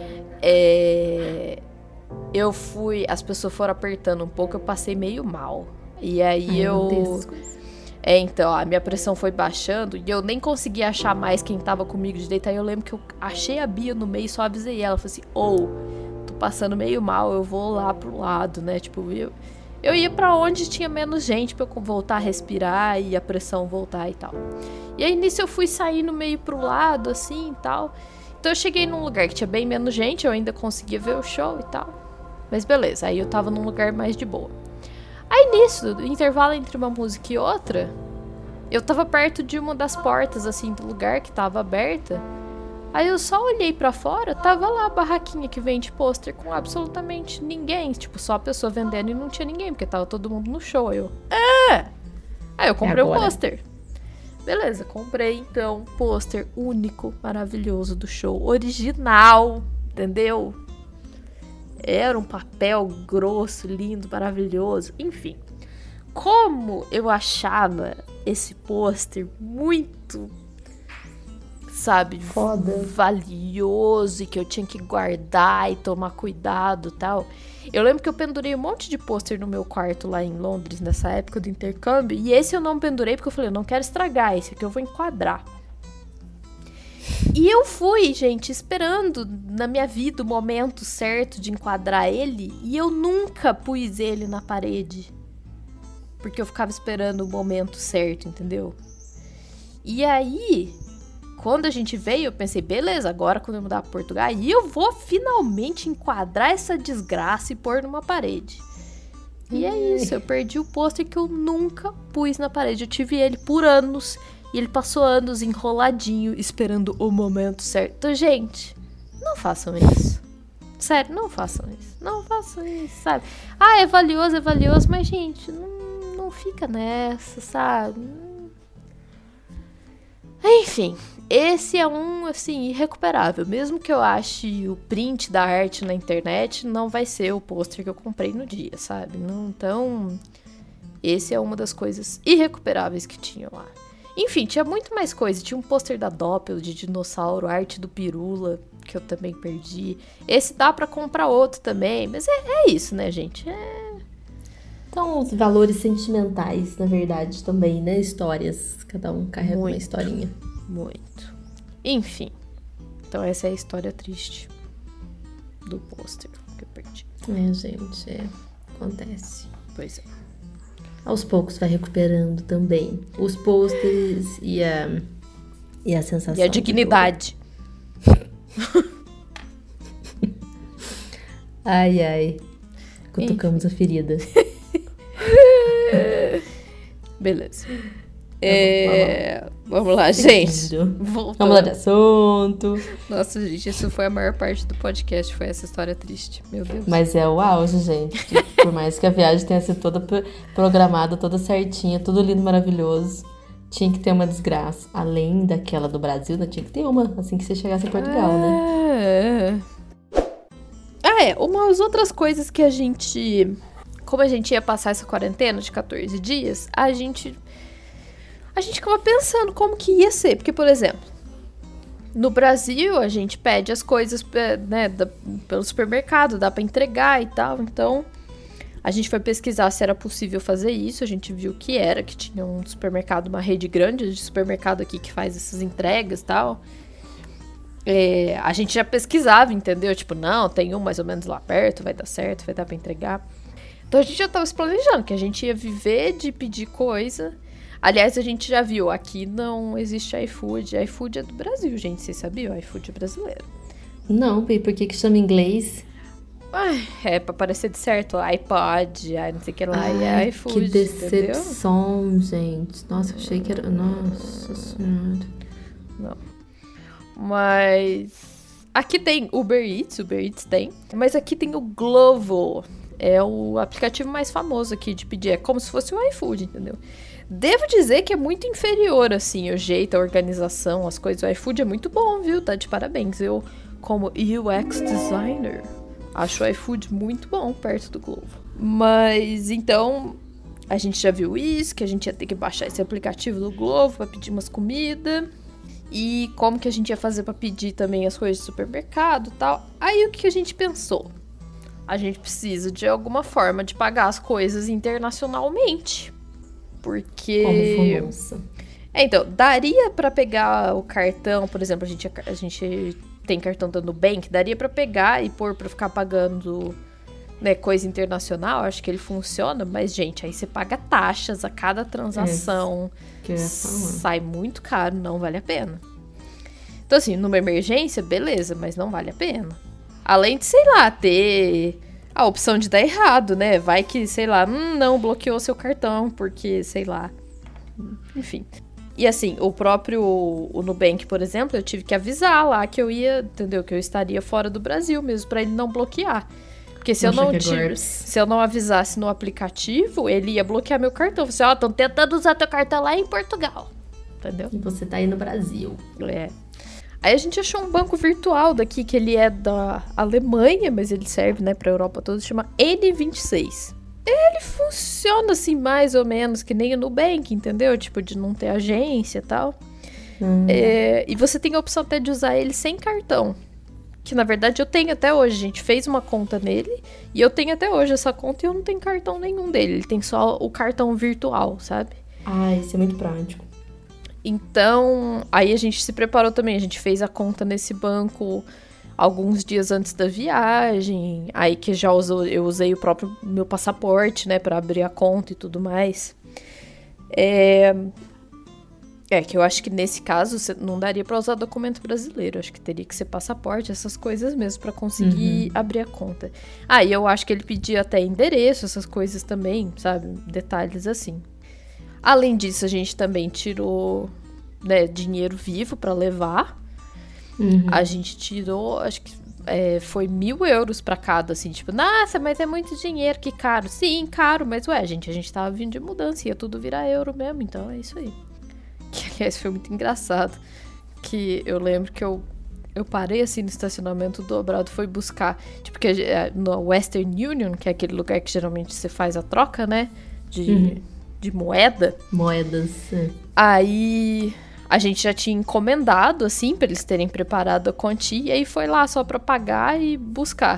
é... eu fui... As pessoas foram apertando um pouco, eu passei meio mal. E aí Ai, eu... É, então, a minha pressão foi baixando e eu nem consegui achar mais quem tava comigo direito. Aí eu lembro que eu achei a Bia no meio e só avisei ela. Falei assim, ou, oh, tô passando meio mal, eu vou lá pro lado, né? Tipo, eu... Eu ia pra onde tinha menos gente pra eu voltar a respirar e a pressão voltar e tal. E aí nisso eu fui saindo meio pro lado, assim e tal. Então eu cheguei num lugar que tinha bem menos gente, eu ainda conseguia ver o show e tal. Mas beleza, aí eu tava num lugar mais de boa. Aí nisso, do intervalo entre uma música e outra, eu tava perto de uma das portas, assim, do lugar que tava aberta. Aí eu só olhei pra fora, tava lá a barraquinha que vende pôster com absolutamente ninguém. Tipo, só a pessoa vendendo e não tinha ninguém, porque tava todo mundo no show. Aí eu, é! Aí eu comprei o um pôster. Beleza, comprei então um pôster único, maravilhoso do show. Original, entendeu? Era um papel grosso, lindo, maravilhoso. Enfim, como eu achava esse pôster muito... sabe, foda, valioso e que eu tinha que guardar e tomar cuidado e tal. Eu lembro que eu pendurei um monte de pôster no meu quarto lá em Londres, nessa época do intercâmbio, e esse eu não pendurei porque eu falei, eu não quero estragar, esse aqui eu vou enquadrar. E eu fui, gente, esperando na minha vida o momento certo de enquadrar ele, e eu nunca pus ele na parede, porque eu ficava esperando o momento certo, entendeu? E aí... Quando a gente veio, eu pensei, beleza, agora quando eu mudar para Portugal, aí eu vou finalmente enquadrar essa desgraça e pôr numa parede. E é isso, eu perdi o pôster que eu nunca pus na parede. Eu tive ele por anos, e ele passou anos enroladinho, esperando o momento certo. Então, gente, não façam isso. Sério, não façam isso. Não façam isso, sabe? Ah, é valioso, é valioso, mas, gente, não, não fica nessa, sabe? Enfim, esse é um, assim, irrecuperável. Mesmo que eu ache o print da arte na internet, não vai ser o pôster que eu comprei no dia, sabe? Não, então, esse é uma das coisas irrecuperáveis que tinha lá. Enfim, tinha muito mais coisa. Tinha um pôster da Doppel, de dinossauro, arte do Pirula, que eu também perdi. Esse dá pra comprar outro também, mas é, é isso, né, gente? É... São os valores sentimentais, na verdade, também, né? Histórias. Cada um carrega muito, uma historinha. Muito. Enfim. Então essa é a história triste do pôster que eu perdi. É, gente. É. Acontece. Pois é. aos poucos vai recuperando também os posters e a, e a sensação. E a dignidade. Ai, ai. Cutucamos Enfim. a ferida. Beleza. É... Vamos lá, gente. Vamos lá de assunto. Nossa, gente, isso foi a maior parte do podcast. Foi essa história triste. Meu Deus. Mas é o auge, gente. Por mais que a viagem tenha sido toda programada, toda certinha, tudo lindo, maravilhoso, tinha que ter uma desgraça. Além daquela do Brasil, né? Tinha que ter uma assim que você chegasse em Portugal, é... né? Ah, é. Umas outras coisas que a gente... Como a gente ia passar essa quarentena de quatorze dias, a gente... A gente ficava pensando como que ia ser. Porque, por exemplo, no Brasil, a gente pede as coisas, né, da, pelo supermercado, dá pra entregar e tal. Então, a gente foi pesquisar se era possível fazer isso. A gente viu que era, que tinha um supermercado, uma rede grande de supermercado aqui que faz essas entregas e tal. É, a gente já pesquisava, entendeu? Tipo, não, tem um mais ou menos lá perto, vai dar certo, vai dar pra entregar. Então, a gente já tava se planejando, que a gente ia viver de pedir coisa. Aliás, a gente já viu, aqui não existe iFood. iFood é do Brasil, gente. Vocês sabiam? iFood é brasileiro. Não, por que que chama em inglês? Ai, é pra parecer de certo. iPod, ai, não sei o que lá. Ai, e é iFood, que decepção, entendeu? gente. Nossa, eu achei que era... Nossa Senhora. Não. Mas... Aqui tem Uber Eats, Uber Eats tem. Mas aqui tem o Glovo. É o aplicativo mais famoso aqui de pedir. É como se fosse o iFood, entendeu? Devo dizer que é muito inferior, assim, o jeito, a organização, as coisas. O iFood é muito bom, viu? Tá de parabéns. Eu, como U X designer, acho o iFood muito bom perto do Glovo. Mas, então, a gente já viu isso, que a gente ia ter que baixar esse aplicativo do Glovo pra pedir umas comidas. E como que a gente ia fazer pra pedir também as coisas do supermercado e tal. Aí, o que a gente pensou? A gente precisa de alguma forma de pagar as coisas internacionalmente. Porque... Como famosa. É, então, daria pra pegar o cartão, por exemplo, a gente, a gente tem cartão da Nubank, daria pra pegar e pôr pra ficar pagando, né, coisa internacional, acho que ele funciona, mas, gente, aí você paga taxas a cada transação, é, que eu ia falar. Sai muito caro, não vale a pena. Então, assim, numa emergência, beleza, mas não vale a pena. Além de, sei lá, ter... a opção de dar errado, né? Vai que, sei lá, hum, não, bloqueou seu cartão, porque, sei lá. Enfim. E assim, o próprio o Nubank, por exemplo, eu tive que avisar lá que eu ia, entendeu? Que eu estaria fora do Brasil mesmo, pra ele não bloquear. Porque se eu não, tive, se eu não avisasse no aplicativo, ele ia bloquear meu cartão. Você, ó, estão tentando usar teu cartão lá em Portugal. Entendeu? E você tá aí no Brasil. É. Aí a gente achou um banco virtual daqui, que ele é da Alemanha, mas ele serve, né, pra Europa toda, se chama N vinte e seis. Ele funciona, assim, mais ou menos, que nem o Nubank, entendeu? Tipo, de não ter agência e tal. Hum. É, e você tem a opção até de usar ele sem cartão. Que, na verdade, eu tenho até hoje. A gente fez uma conta nele, e eu tenho até hoje essa conta, e eu não tenho cartão nenhum dele. Ele tem só o cartão virtual, sabe? Ah, isso é muito prático. Então, aí a gente se preparou também, a gente fez a conta nesse banco alguns dias antes da viagem, aí que já usou, eu usei o próprio meu passaporte, né, pra abrir a conta e tudo mais. É, é que eu acho que nesse caso não daria pra usar documento brasileiro, acho que teria que ser passaporte, essas coisas mesmo, pra conseguir uhum. abrir a conta. Ah, e eu acho que ele pedia até endereço, essas coisas também, sabe, detalhes assim. Além disso, a gente também tirou, né, dinheiro vivo pra levar. Uhum. A gente tirou, acho que é, foi mil euros pra cada, assim, tipo, nossa, mas é muito dinheiro, que caro. Sim, caro, mas ué, gente, a gente tava vindo de mudança, ia tudo virar euro mesmo, então é isso aí. Que, aliás, foi muito engraçado, que eu lembro que eu, eu parei, assim, no estacionamento dobrado, foi buscar, tipo, que no Western Union, que é aquele lugar que geralmente você faz a troca, né, de... Uhum. de moeda. Moedas, é. Aí a gente já tinha encomendado, assim, pra eles terem preparado a quantia, e aí foi lá só pra pagar e buscar.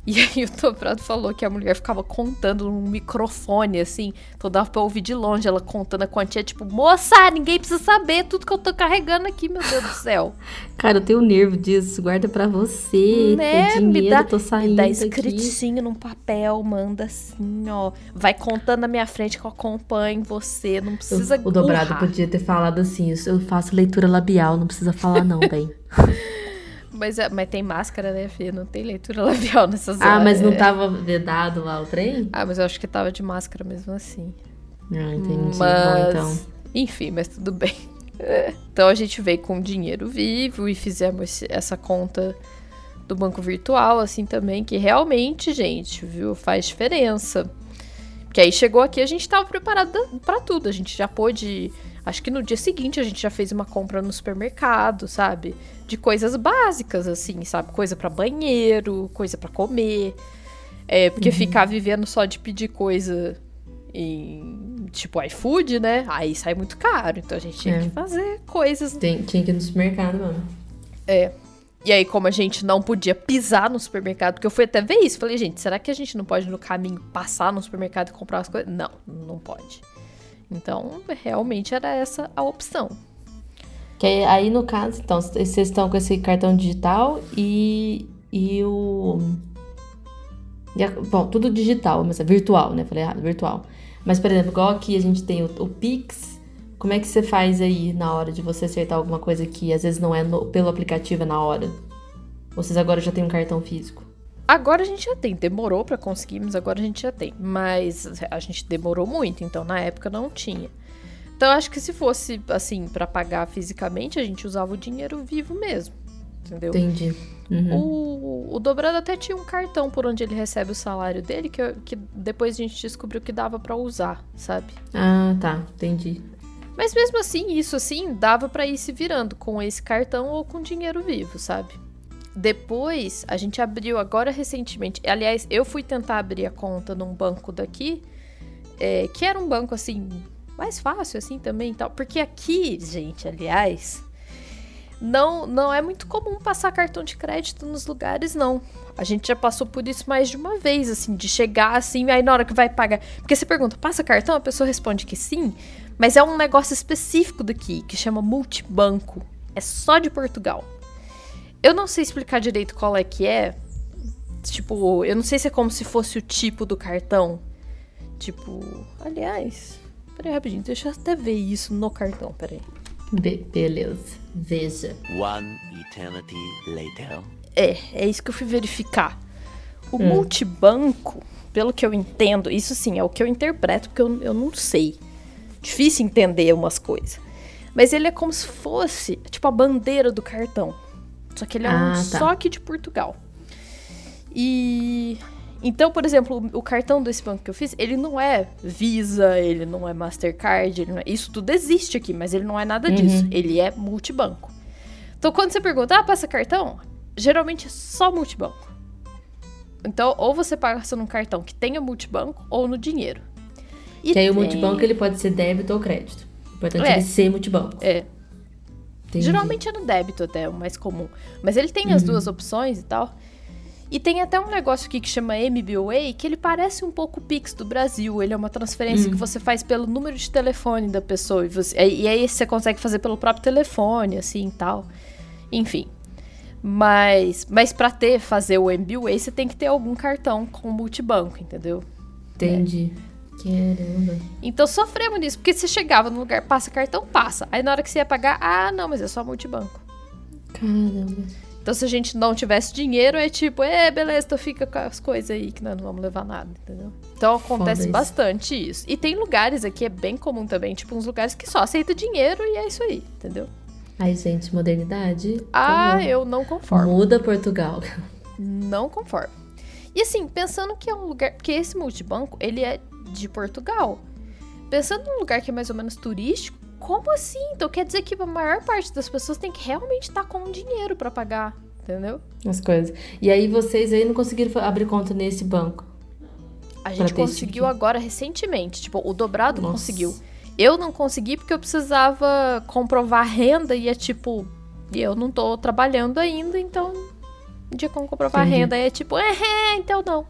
E aí o Dobrado falou que a mulher ficava contando num microfone, assim, então dava pra ouvir de longe ela contando a quantia, tipo, moça, ninguém precisa saber tudo que eu tô carregando aqui, meu Deus do céu. Cara, eu tenho nervo disso, guarda pra você, né? é dinheiro, me dá, tô saindo me dá daqui. escritinho num papel, manda assim, ó, vai contando na minha frente que eu acompanho você, não precisa O, o Dobrado urrar. podia ter falado assim, eu faço leitura labial, não precisa falar não, bem. Mas, mas tem máscara, né, filha? Não tem leitura labial nessas Ah, horas. mas não é. tava vedado lá o trem? Ah, mas eu acho que tava de máscara mesmo assim. Ah, entendi. Mas... Bom, então. Enfim, mas tudo bem. É. Então a gente veio com dinheiro vivo e fizemos essa conta do banco virtual, assim, também, que realmente, gente, viu, faz diferença. Porque aí chegou aqui, a gente tava preparado pra tudo. A gente já pôde... Acho que no dia seguinte a gente já fez uma compra no supermercado, sabe? De coisas básicas, assim, sabe? Coisa pra banheiro, coisa pra comer. É, porque uhum. ficar vivendo só de pedir coisa em, tipo, iFood, né? Aí sai muito caro. Então a gente tinha é. que fazer coisas... Tem, tinha que ir no supermercado, mano. É. E aí, como a gente não podia pisar no supermercado, porque eu fui até ver isso. Falei, gente, será que a gente não pode no caminho passar no supermercado e comprar as coisas? Não, não pode. Então, realmente era essa a opção. Que aí, aí, no caso, então, vocês estão com esse cartão digital e, e o... E a, bom, tudo digital, mas é virtual, né? Falei errado, virtual. Mas, por exemplo, igual aqui a gente tem o, o Pix, como é que você faz aí na hora de você acertar alguma coisa que às vezes não é no, pelo aplicativo, é na hora? Ou vocês agora já têm um cartão físico? Agora a gente já tem, demorou pra conseguir, mas agora a gente já tem. Mas a gente demorou muito, então na época não tinha. Então eu acho que se fosse, assim, pra pagar fisicamente, a gente usava o dinheiro vivo mesmo, entendeu? Entendi. Uhum. O, o Dobrado até tinha um cartão por onde ele recebe o salário dele, que, que depois a gente descobriu que dava pra usar, sabe? Ah, tá, entendi. Mas mesmo assim, isso assim, dava pra ir se virando com esse cartão ou com dinheiro vivo, sabe? Depois, a gente abriu agora recentemente... Aliás, eu fui tentar abrir a conta num banco daqui, é, que era um banco, assim, mais fácil, assim, também e tal. Porque aqui, gente, aliás, não, não é muito comum passar cartão de crédito nos lugares, não. A gente já passou por isso mais de uma vez, assim, de chegar assim, aí na hora que vai pagar... Porque você pergunta, passa cartão? A pessoa responde que sim, mas é um negócio específico daqui, que chama multibanco. É só de Portugal. Eu não sei explicar direito qual é que é. Tipo, eu não sei se é como se fosse o tipo do cartão. Tipo, aliás... Peraí, rapidinho, deixa eu até ver isso no cartão, peraí. Be- beleza, veja. One eternity later. É, é isso que eu fui verificar. O hum. multibanco, pelo que eu entendo, isso sim, é o que eu interpreto, porque eu, eu não sei. Difícil entender umas coisas. Mas ele é como se fosse, tipo, a bandeira do cartão. Só que ele é ah, um tá. só aqui de Portugal. E... Então, por exemplo, o, o cartão desse banco que eu fiz, ele não é Visa, ele não é Mastercard, ele não é... Isso tudo existe aqui, mas ele não é nada disso. Uhum. Ele é multibanco. Então, quando você pergunta, ah, passa cartão? Geralmente é só multibanco. Então, ou você passa num cartão que tenha multibanco, ou no dinheiro. E que aí tem... o multibanco, ele pode ser débito ou crédito. O importante é ele ser multibanco. É. Entendi. Geralmente é no débito até, é o mais comum. Mas ele tem as uhum. duas opções e tal. E tem até um negócio aqui que chama M B W A, que ele parece um pouco o Pix do Brasil. Ele é uma transferência uhum. que você faz pelo número de telefone da pessoa. E, você, e aí você consegue fazer pelo próprio telefone, assim, e tal. Enfim. Mas, mas pra ter, fazer o M B W A, você tem que ter algum cartão com multibanco, entendeu? Entendi. É. Caramba. Então sofremos nisso, porque você chegava no lugar, passa cartão, passa. Aí na hora que você ia pagar, ah, não, mas é só multibanco. Caramba. Então se a gente não tivesse dinheiro, é tipo, é, beleza, então fica com as coisas aí que nós não vamos levar nada, entendeu? Então acontece isso. bastante isso. E tem lugares aqui, é bem comum também, tipo uns lugares que só aceita dinheiro e é isso aí, entendeu? Ai, gente, modernidade. Ah, eu não conformo. Muda Portugal. Não conformo. E assim, pensando que é um lugar... Porque esse multibanco, ele é de Portugal. Pensando num lugar que é mais ou menos turístico, como assim? Então quer dizer que a maior parte das pessoas tem que realmente estar com dinheiro pra pagar, entendeu? As coisas. E aí vocês aí não conseguiram abrir conta nesse banco? A gente conseguiu agora recentemente. Tipo, o Dobrado Nossa. conseguiu. Eu não consegui porque eu precisava comprovar renda e é tipo... E eu não tô trabalhando ainda, então Um dia como comprovar Entendi. a renda. Aí é tipo, é, então não.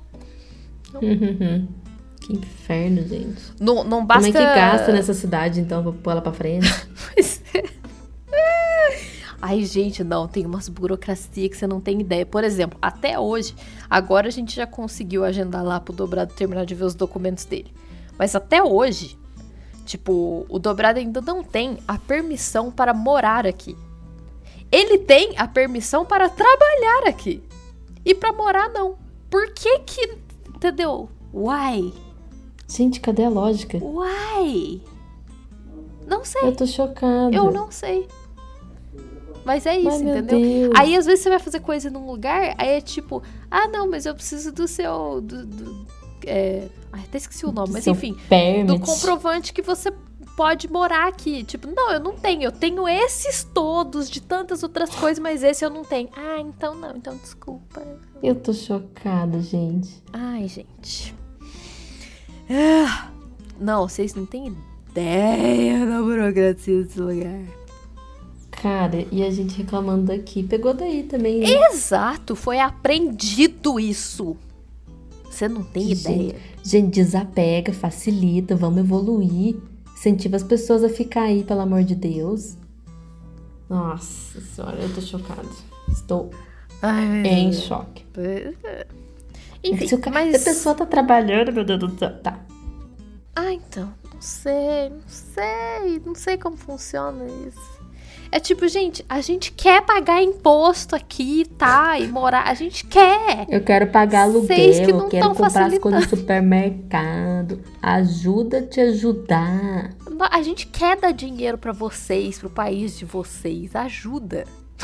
Que inferno, gente. Não, não basta... Como é que gasta nessa cidade, então, pra pôr ela pra frente? Pois é. Ai, gente, não, tem umas burocracias que você não tem ideia. Por exemplo, até hoje, agora a gente já conseguiu agendar lá pro Dobrado terminar de ver os documentos dele. Mas até hoje, tipo, o Dobrado ainda não tem a permissão para morar aqui. Ele tem a permissão para trabalhar aqui. E para morar, não. Por que que... Entendeu? Why? Gente, cadê a lógica? Why? Não sei. Eu tô chocada. Eu não sei. Mas é isso, Ai, meu entendeu? Deus. Aí, às vezes, você vai fazer coisa num lugar, aí é tipo... Ah, não, mas eu preciso do seu... Do, do, é... Ai, até esqueci o nome, mas Seu enfim. permit. Do comprovante que você pode morar aqui. Tipo, não, eu não tenho. Eu tenho esses todos de tantas outras coisas, mas esse eu não tenho. Ah, então não. Então, desculpa. Eu tô chocada, gente. Ai, gente. Ah, não, vocês não têm ideia da burocracia desse lugar. Cara, e a gente reclamando daqui. Pegou daí também, né? Exato, foi aprendido isso. Você não tem Gente, ideia. Gente, desapega, facilita, vamos evoluir. Incentiva as pessoas a ficar aí, pelo amor de Deus. Nossa senhora, eu tô chocada. Estou Ai, meu em Deus. choque. Enfim, Se, o ca- mas... se a pessoa tá trabalhando, meu Deus do céu. Tá. Ah, então, não sei, não sei, não sei como funciona isso. É tipo, gente, a gente quer pagar imposto aqui, tá? E morar, a gente quer. Eu quero pagar Vocês aluguel, que não eu quero tão comprar as coisas no facilitando. supermercado. Ajuda a te ajudar. A gente quer dar dinheiro pra vocês, pro país de vocês. Ajuda.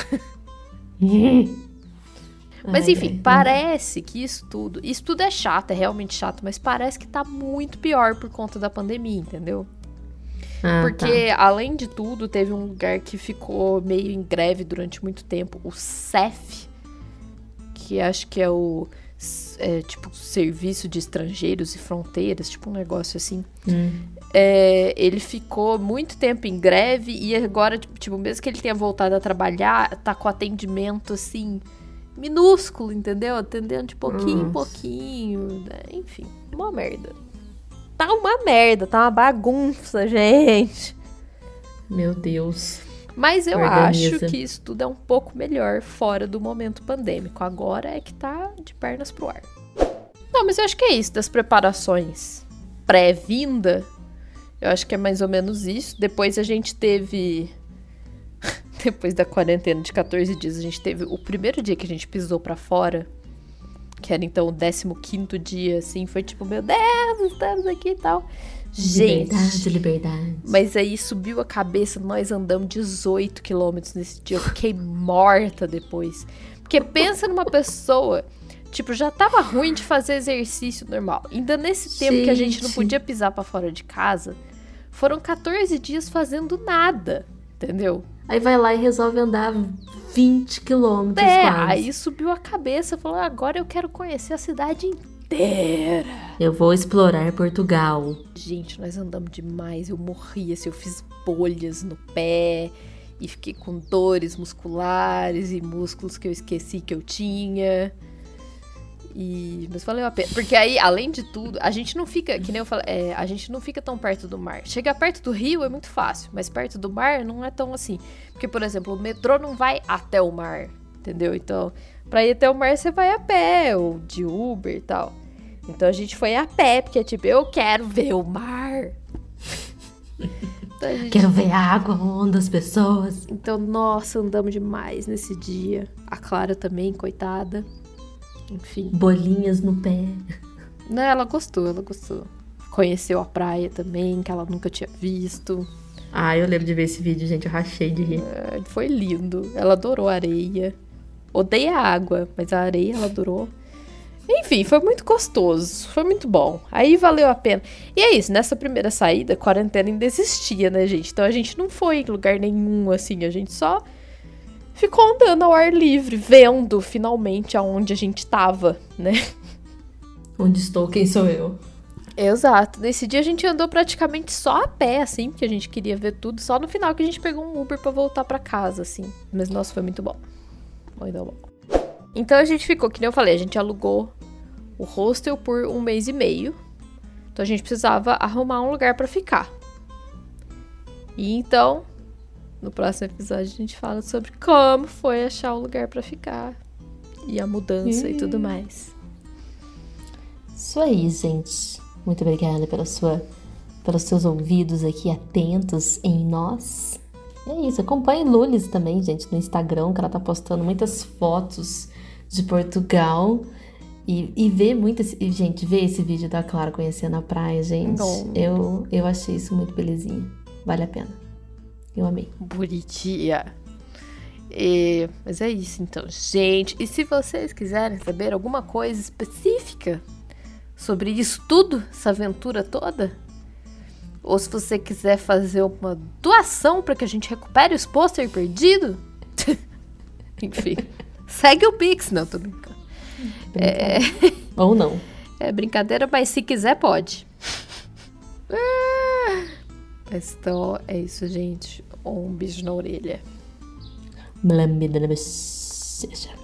Mas Ai, enfim, ai, parece que isso tudo... Isso tudo é chato, é realmente chato, mas parece que tá muito pior por conta da pandemia, entendeu? Ah, Porque, tá. além de tudo, teve um lugar que ficou meio em greve durante muito tempo, o C E F, que acho que é o é, tipo Serviço de Estrangeiros e Fronteiras, tipo um negócio assim. Hum. É, ele ficou muito tempo em greve e agora, tipo, mesmo que ele tenha voltado a trabalhar, tá com atendimento, assim, minúsculo, entendeu? Atendendo de pouquinho em Nossa. pouquinho, né? Enfim, uma merda. Tá uma merda, tá uma bagunça, gente. Meu Deus. Mas eu Organiza. acho que isso tudo é um pouco melhor fora do momento pandêmico. Agora é que tá de pernas pro ar. Não, mas eu acho que é isso, das preparações pré-vinda. Eu acho que é mais ou menos isso. Depois a gente teve... Depois da quarentena de catorze dias, a gente teve o primeiro dia que a gente pisou pra fora, que era então o décimo quinto dia, assim, foi tipo, meu Deus, estamos aqui e tal. Gente, Liberdade, liberdade. mas aí subiu a cabeça, nós andamos dezoito quilômetros nesse dia, eu fiquei morta depois. Porque pensa numa pessoa, tipo, já tava ruim de fazer exercício normal. Ainda nesse tempo que a gente não Gente. podia pisar pra fora de casa, foram catorze dias fazendo nada, entendeu? Aí vai lá e resolve andar vinte quilômetros É, quase. aí subiu a cabeça, falou, agora eu quero conhecer a cidade inteira. Eu vou explorar Portugal. Gente, nós andamos demais, eu morria, assim, eu fiz bolhas no pé e fiquei com dores musculares e músculos que eu esqueci que eu tinha. E... Mas valeu a pena, porque aí, além de tudo, a gente não fica, que nem eu falei, é, a gente não fica tão perto do mar. Chegar perto do rio é muito fácil, mas perto do mar não é tão assim. Porque, por exemplo, o metrô não vai até o mar, entendeu? Então, pra ir até o mar, você vai a pé, ou de Uber e tal. Então a gente foi a pé, porque tipo, eu quero ver o mar. Então, a gente... Quero ver a água, a onda, as pessoas. então, nossa, andamos demais nesse dia. A Clara também, coitada. Enfim. Bolinhas no pé. Não, ela gostou, ela gostou. Conheceu a praia também, que ela nunca tinha visto. Ah, eu lembro de ver esse vídeo, gente. Eu rachei de rir. É, foi lindo. Ela adorou a areia. Odeia a água, mas a areia ela adorou. Enfim, foi muito gostoso. Foi muito bom. Aí valeu a pena. E é isso, nessa primeira saída, a quarentena ainda existia, né, gente? Então a gente não foi em lugar nenhum, assim. A gente só ficou andando ao ar livre, vendo finalmente aonde a gente tava, né? Onde estou, quem sou eu? Exato. Nesse dia a gente andou praticamente só a pé, assim, porque a gente queria ver tudo. Só no final que a gente pegou um Uber pra voltar pra casa, assim. Mas, nossa, foi muito bom. Muito bom. Então a gente ficou, que nem eu falei, a gente alugou o hostel por um mês e meio. Então a gente precisava arrumar um lugar pra ficar. E então, no próximo episódio a gente fala sobre como foi achar o lugar pra ficar. E a mudança hum. e tudo mais. Isso aí, gente. Muito obrigada pela sua, pelos seus ouvidos aqui atentos em nós. É isso, acompanhe Lulis também, gente, no Instagram, que ela tá postando muitas fotos de Portugal. E, e vê muito, esse, gente, vê esse vídeo da Clara conhecendo a praia, gente. Eu, eu achei isso muito belezinha. Vale a pena. Eu amei. Bonitinha. E, mas é isso, então, gente. E se vocês quiserem saber alguma coisa específica sobre isso tudo, essa aventura toda, ou se você quiser fazer uma doação para que a gente recupere os pôster perdido, enfim, segue o Pix, não, tô brincando. É... Ou não. É brincadeira, mas se quiser, pode. Então, é isso, gente. Um beijo na orelha. Uma lambida na bochecha.